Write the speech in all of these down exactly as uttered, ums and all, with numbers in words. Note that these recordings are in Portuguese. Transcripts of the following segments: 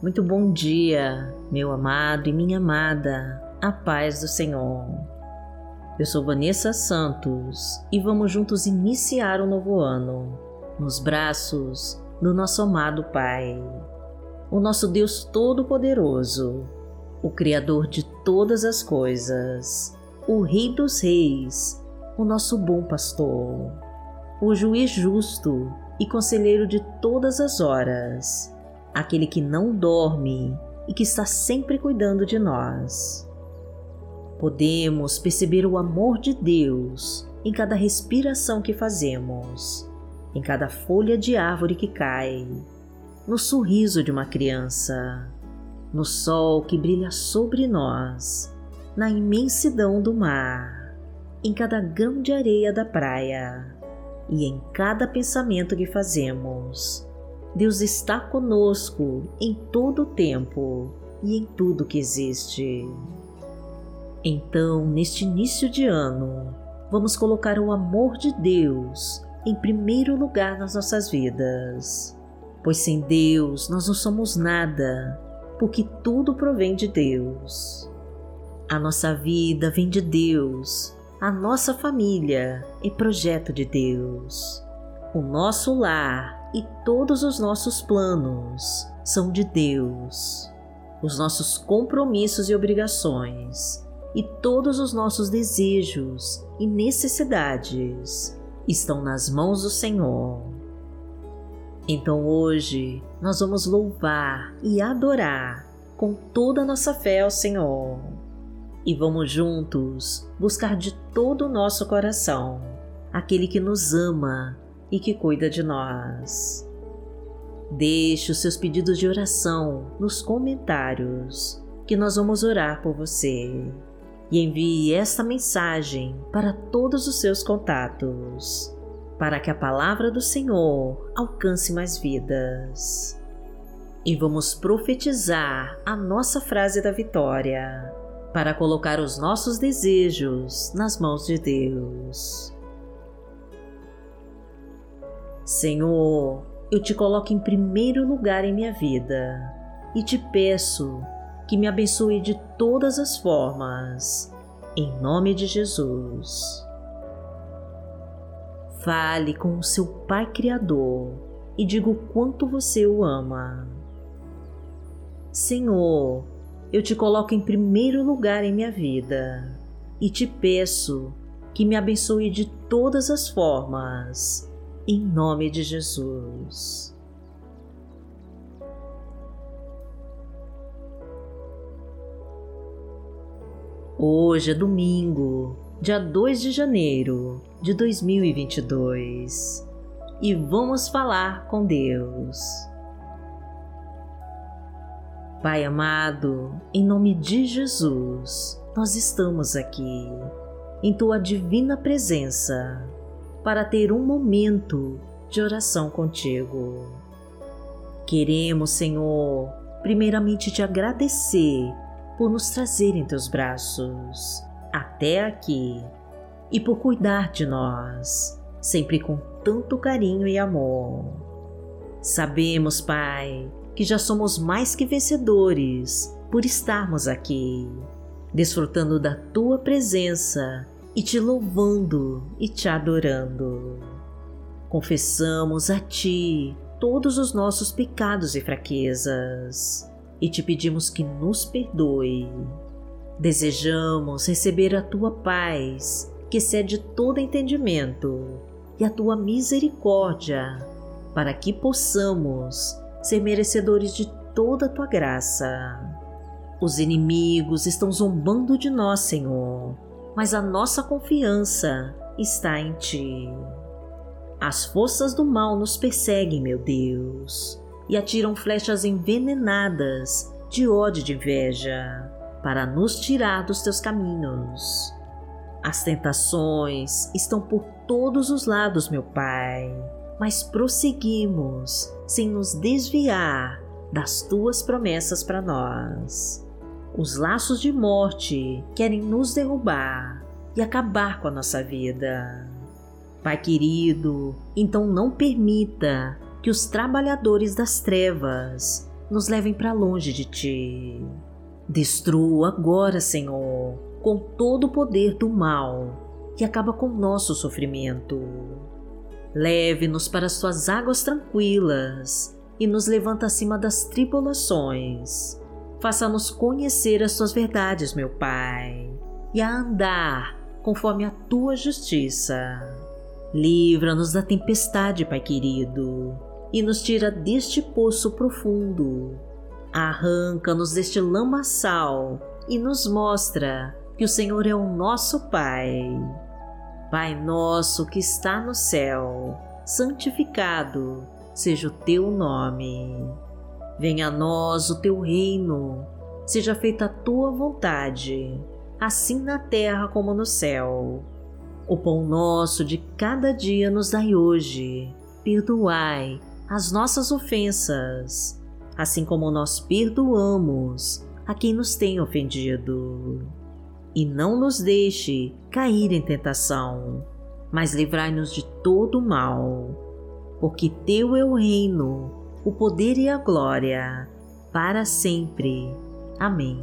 Muito bom dia, meu amado e minha amada, a paz do Senhor. Eu sou Vanessa Santos e vamos juntos iniciar um novo ano nos braços do nosso amado Pai, o nosso Deus Todo-Poderoso, o Criador de todas as coisas, o Rei dos Reis, o nosso bom pastor, o juiz justo e conselheiro de todas as horas, aquele que não dorme e que está sempre cuidando de nós. Podemos perceber o amor de Deus em cada respiração que fazemos, em cada folha de árvore que cai, no sorriso de uma criança, no sol que brilha sobre nós, na imensidão do mar, em cada grão de areia da praia e em cada pensamento que fazemos. Deus está conosco em todo o tempo e em tudo que existe. Então, neste início de ano, vamos colocar o amor de Deus em primeiro lugar nas nossas vidas, pois sem Deus nós não somos nada, porque tudo provém de Deus. A nossa vida vem de Deus, a nossa família é projeto de Deus, o nosso lar e todos os nossos planos são de Deus. Os nossos compromissos e obrigações e todos os nossos desejos e necessidades estão nas mãos do Senhor. Então hoje nós vamos louvar e adorar com toda a nossa fé ao Senhor e vamos juntos buscar de todo o nosso coração aquele que nos ama e que cuida de nós. Deixe os seus pedidos de oração nos comentários, que nós vamos orar por você. E envie esta mensagem para todos os seus contatos, para que a palavra do Senhor alcance mais vidas. E vamos profetizar a nossa frase da vitória, para colocar os nossos desejos nas mãos de Deus. Senhor, eu te coloco em primeiro lugar em minha vida e te peço que me abençoe de todas as formas, em nome de Jesus. Fale com o seu Pai Criador e diga o quanto você o ama. Senhor, eu te coloco em primeiro lugar em minha vida e te peço que me abençoe de todas as formas, em nome de Jesus. Hoje é domingo, dia dois de janeiro de dois mil e vinte e dois, e vamos falar com Deus. Pai amado, em nome de Jesus, nós estamos aqui, em Tua divina presença, para ter um momento de oração contigo. Queremos, Senhor, primeiramente te agradecer por nos trazer em teus braços até aqui e por cuidar de nós, sempre com tanto carinho e amor. Sabemos, Pai, que já somos mais que vencedores por estarmos aqui, desfrutando da tua presença e te louvando e te adorando. Confessamos a Ti todos os nossos pecados e fraquezas e te pedimos que nos perdoe. Desejamos receber a Tua paz, que excede todo entendimento, e a Tua misericórdia, para que possamos ser merecedores de toda a Tua graça. Os inimigos estão zombando de nós, Senhor, mas a nossa confiança está em Ti. As forças do mal nos perseguem, meu Deus, e atiram flechas envenenadas de ódio e de inveja para nos tirar dos Teus caminhos. As tentações estão por todos os lados, meu Pai, mas prosseguimos sem nos desviar das Tuas promessas para nós. Os laços de morte querem nos derrubar e acabar com a nossa vida. Pai querido, então não permita que os trabalhadores das trevas nos levem para longe de Ti. Destrua agora, Senhor, com todo o poder do mal que acaba com nosso sofrimento. Leve-nos para as Tuas águas tranquilas e nos levanta acima das tribulações. Faça-nos conhecer as Tuas verdades, meu Pai, e a andar conforme a Tua justiça. Livra-nos da tempestade, Pai querido, e nos tira deste poço profundo. Arranca-nos deste lamaçal e nos mostra que o Senhor é o nosso Pai. Pai nosso que está no céu, santificado seja o Teu nome. Venha a nós o Teu reino, seja feita a Tua vontade, assim na terra como no céu. O pão nosso de cada dia nos dai hoje. Perdoai as nossas ofensas, assim como nós perdoamos a quem nos tem ofendido. E não nos deixe cair em tentação, mas livrai-nos de todo o mal, porque Teu é o reino, o poder e a glória, para sempre. Amém.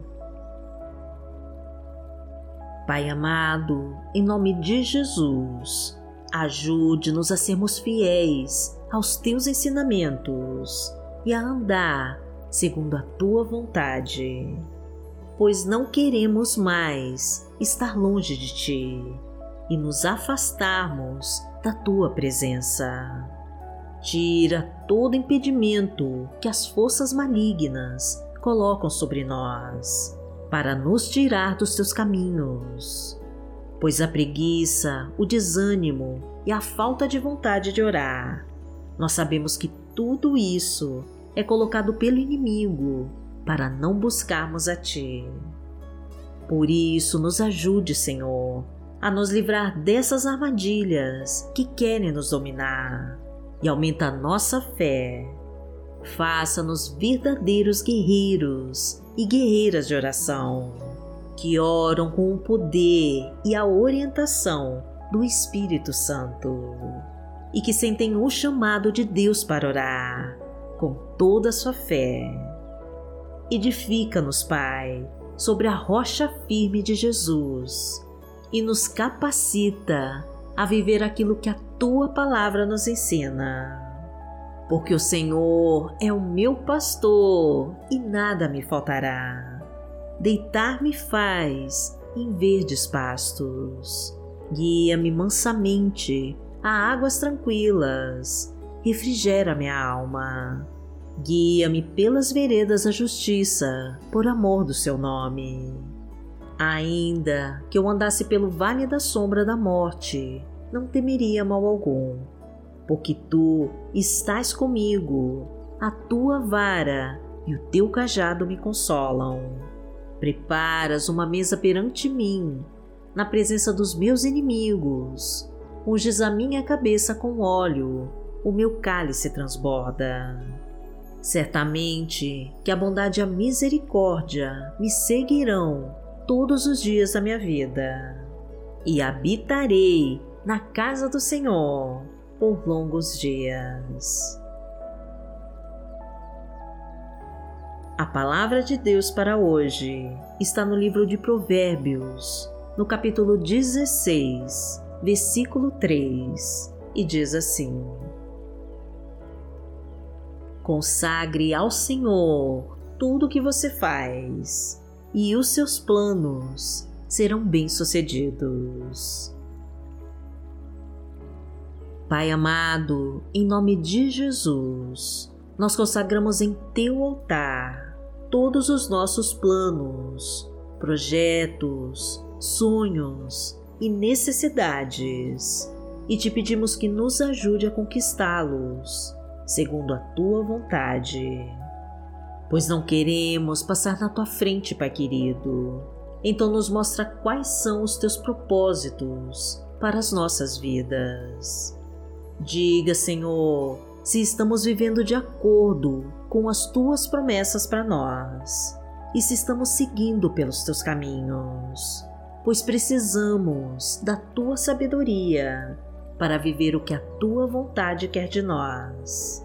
Pai amado, em nome de Jesus, ajude-nos a sermos fiéis aos Teus ensinamentos e a andar segundo a Tua vontade, pois não queremos mais estar longe de Ti e nos afastarmos da Tua presença. Tira todo impedimento que as forças malignas colocam sobre nós, para nos tirar dos Teus caminhos, pois a preguiça, o desânimo e a falta de vontade de orar, nós sabemos que tudo isso é colocado pelo inimigo para não buscarmos a Ti. Por isso, nos ajude, Senhor, a nos livrar dessas armadilhas que querem nos dominar e aumenta a nossa fé. Faça-nos verdadeiros guerreiros e guerreiras de oração, que oram com o poder e a orientação do Espírito Santo e que sentem o chamado de Deus para orar com toda a sua fé. Edifica-nos, Pai, sobre a rocha firme de Jesus e nos capacita a viver aquilo que a Tua palavra nos ensina. Porque o Senhor é o meu pastor e nada me faltará. Deitar-me faz em verdes pastos. Guia-me mansamente a águas tranquilas. Refrigera minha alma. Guia-me pelas veredas da justiça, por amor do Seu nome. Ainda que eu andasse pelo vale da sombra da morte, não temeria mal algum, porque Tu estás comigo, a Tua vara e o Teu cajado me consolam. Preparas uma mesa perante mim, na presença dos meus inimigos. Unges a minha cabeça com óleo, o meu cálice transborda. Certamente que a bondade e a misericórdia me seguirão todos os dias da minha vida, e habitarei na casa do Senhor por longos dias. A palavra de Deus para hoje está no livro de Provérbios, no capítulo dezesseis, versículo três, e diz assim: Consagre ao Senhor tudo o que você faz, e os seus planos serão bem-sucedidos. Pai amado, em nome de Jesus, nós consagramos em Teu altar todos os nossos planos, projetos, sonhos e necessidades, e Te pedimos que nos ajude a conquistá-los, segundo a Tua vontade. Pois não queremos passar na Tua frente, Pai querido. Então nos mostra quais são os Teus propósitos para as nossas vidas. Diga, Senhor, se estamos vivendo de acordo com as Tuas promessas para nós e se estamos seguindo pelos Teus caminhos, pois precisamos da Tua sabedoria para viver o que a Tua vontade quer de nós.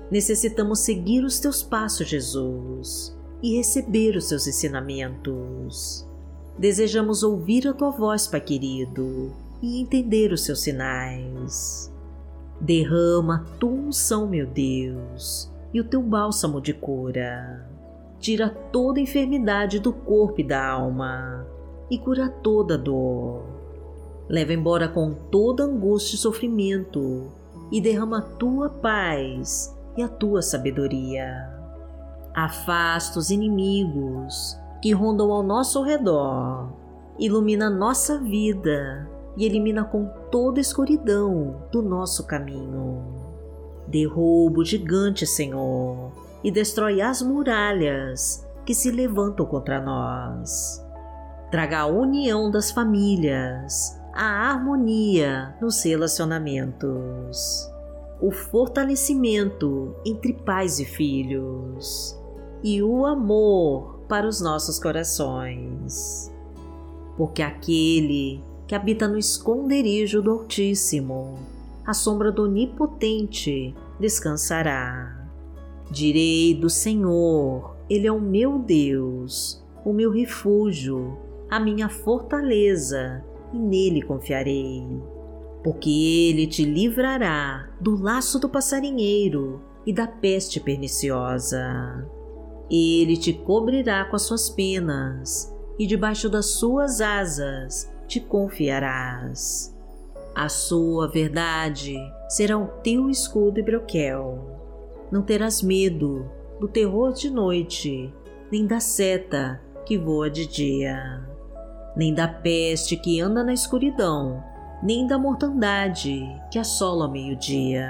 necessitamos seguir os teus passos, Jesus, e receber os teus ensinamentos. Desejamos ouvir a tua voz, Pai querido, e entender os seus sinais. Derrama a tua unção, meu Deus, e o teu bálsamo de cura. Tira toda enfermidade do corpo e da alma e cura toda dor. Leva embora com toda angústia e sofrimento e derrama a tua paz e a tua sabedoria. Afasta os inimigos que rondam ao nosso redor, ilumina nossa vida e elimina com toda a escuridão do nosso caminho. Derruba o gigante, Senhor, e destrói as muralhas que se levantam contra nós. Traga a união das famílias, a harmonia nos relacionamentos, o fortalecimento entre pais e filhos e o amor para os nossos corações. Porque aquele que habita no esconderijo do Altíssimo, à sombra do Onipotente, descansará. Direi do Senhor, Ele é o meu Deus, o meu refúgio, a minha fortaleza, e nele confiarei. Porque Ele te livrará do laço do passarinheiro e da peste perniciosa. Ele te cobrirá com as suas penas, e debaixo das suas asas te confiarás. A sua verdade será o teu escudo e broquel. Não terás medo do terror de noite, nem da seta que voa de dia, nem da peste que anda na escuridão, nem da mortandade que assola ao meio-dia.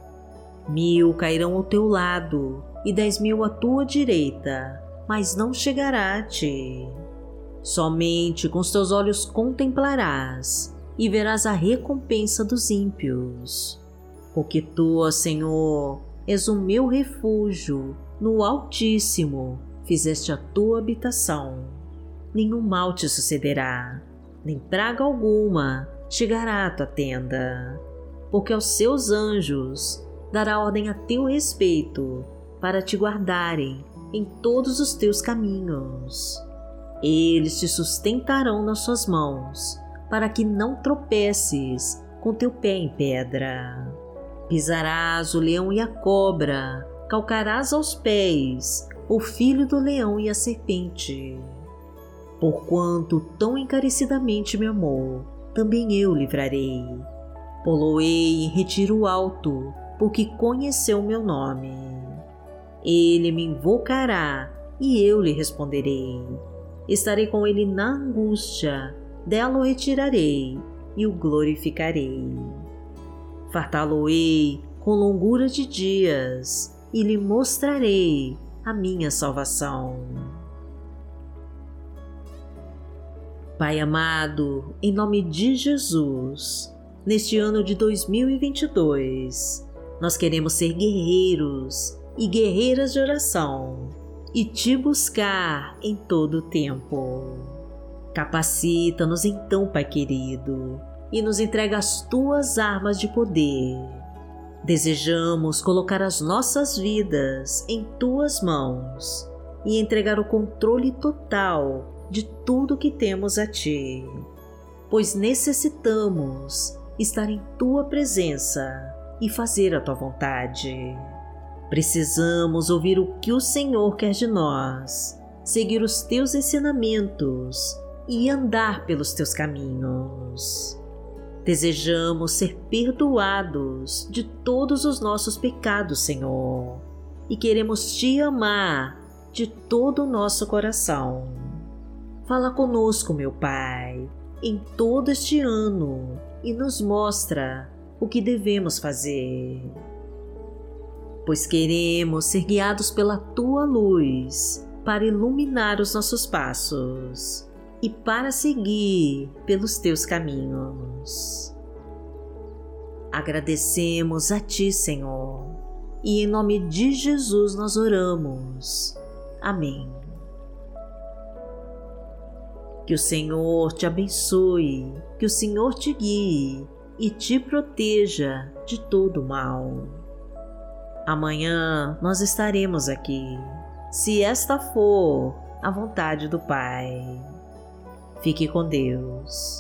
Mil cairão ao teu lado e dez mil à tua direita, mas não chegará a ti. Somente com os teus olhos contemplarás e verás a recompensa dos ímpios. Porque tu, ó Senhor, és o meu refúgio, no Altíssimo fizeste a tua habitação. Nenhum mal te sucederá, nem praga alguma chegará à tua tenda, porque aos seus anjos dará ordem a teu respeito, para te guardarem em todos os teus caminhos. Eles te sustentarão nas suas mãos, para que não tropeces com teu pé em pedra. Pisarás o leão e a cobra, calcarás aos pés o filho do leão e a serpente. Porquanto tão encarecidamente me amou, também eu livrarei. Poloei em retiro alto, porque conheceu meu nome. Ele me invocará e eu lhe responderei. Estarei com ele na angústia, dela o retirarei e o glorificarei. Fartá-lo-ei com longura de dias e lhe mostrarei a minha salvação. Pai amado, em nome de Jesus, neste ano de dois mil e vinte e dois, nós queremos ser guerreiros e guerreiras de oração e te buscar em todo o tempo. Capacita-nos então, Pai querido, e nos entrega as tuas armas de poder. Desejamos colocar as nossas vidas em tuas mãos e entregar o controle total de tudo que temos a ti, pois necessitamos estar em tua presença e fazer a tua vontade. Precisamos ouvir o que o Senhor quer de nós, seguir os teus ensinamentos e andar pelos teus caminhos. Desejamos ser perdoados de todos os nossos pecados, Senhor, e queremos te amar de todo o nosso coração. Fala conosco, meu Pai, em todo este ano e nos mostra o que devemos fazer. Pois queremos ser guiados pela tua luz para iluminar os nossos passos e para seguir pelos teus caminhos. Agradecemos a ti, Senhor, e em nome de Jesus nós oramos. Amém. Que o Senhor te abençoe, que o Senhor te guie e te proteja de todo mal. Amanhã nós estaremos aqui, se esta for a vontade do Pai. Fique com Deus.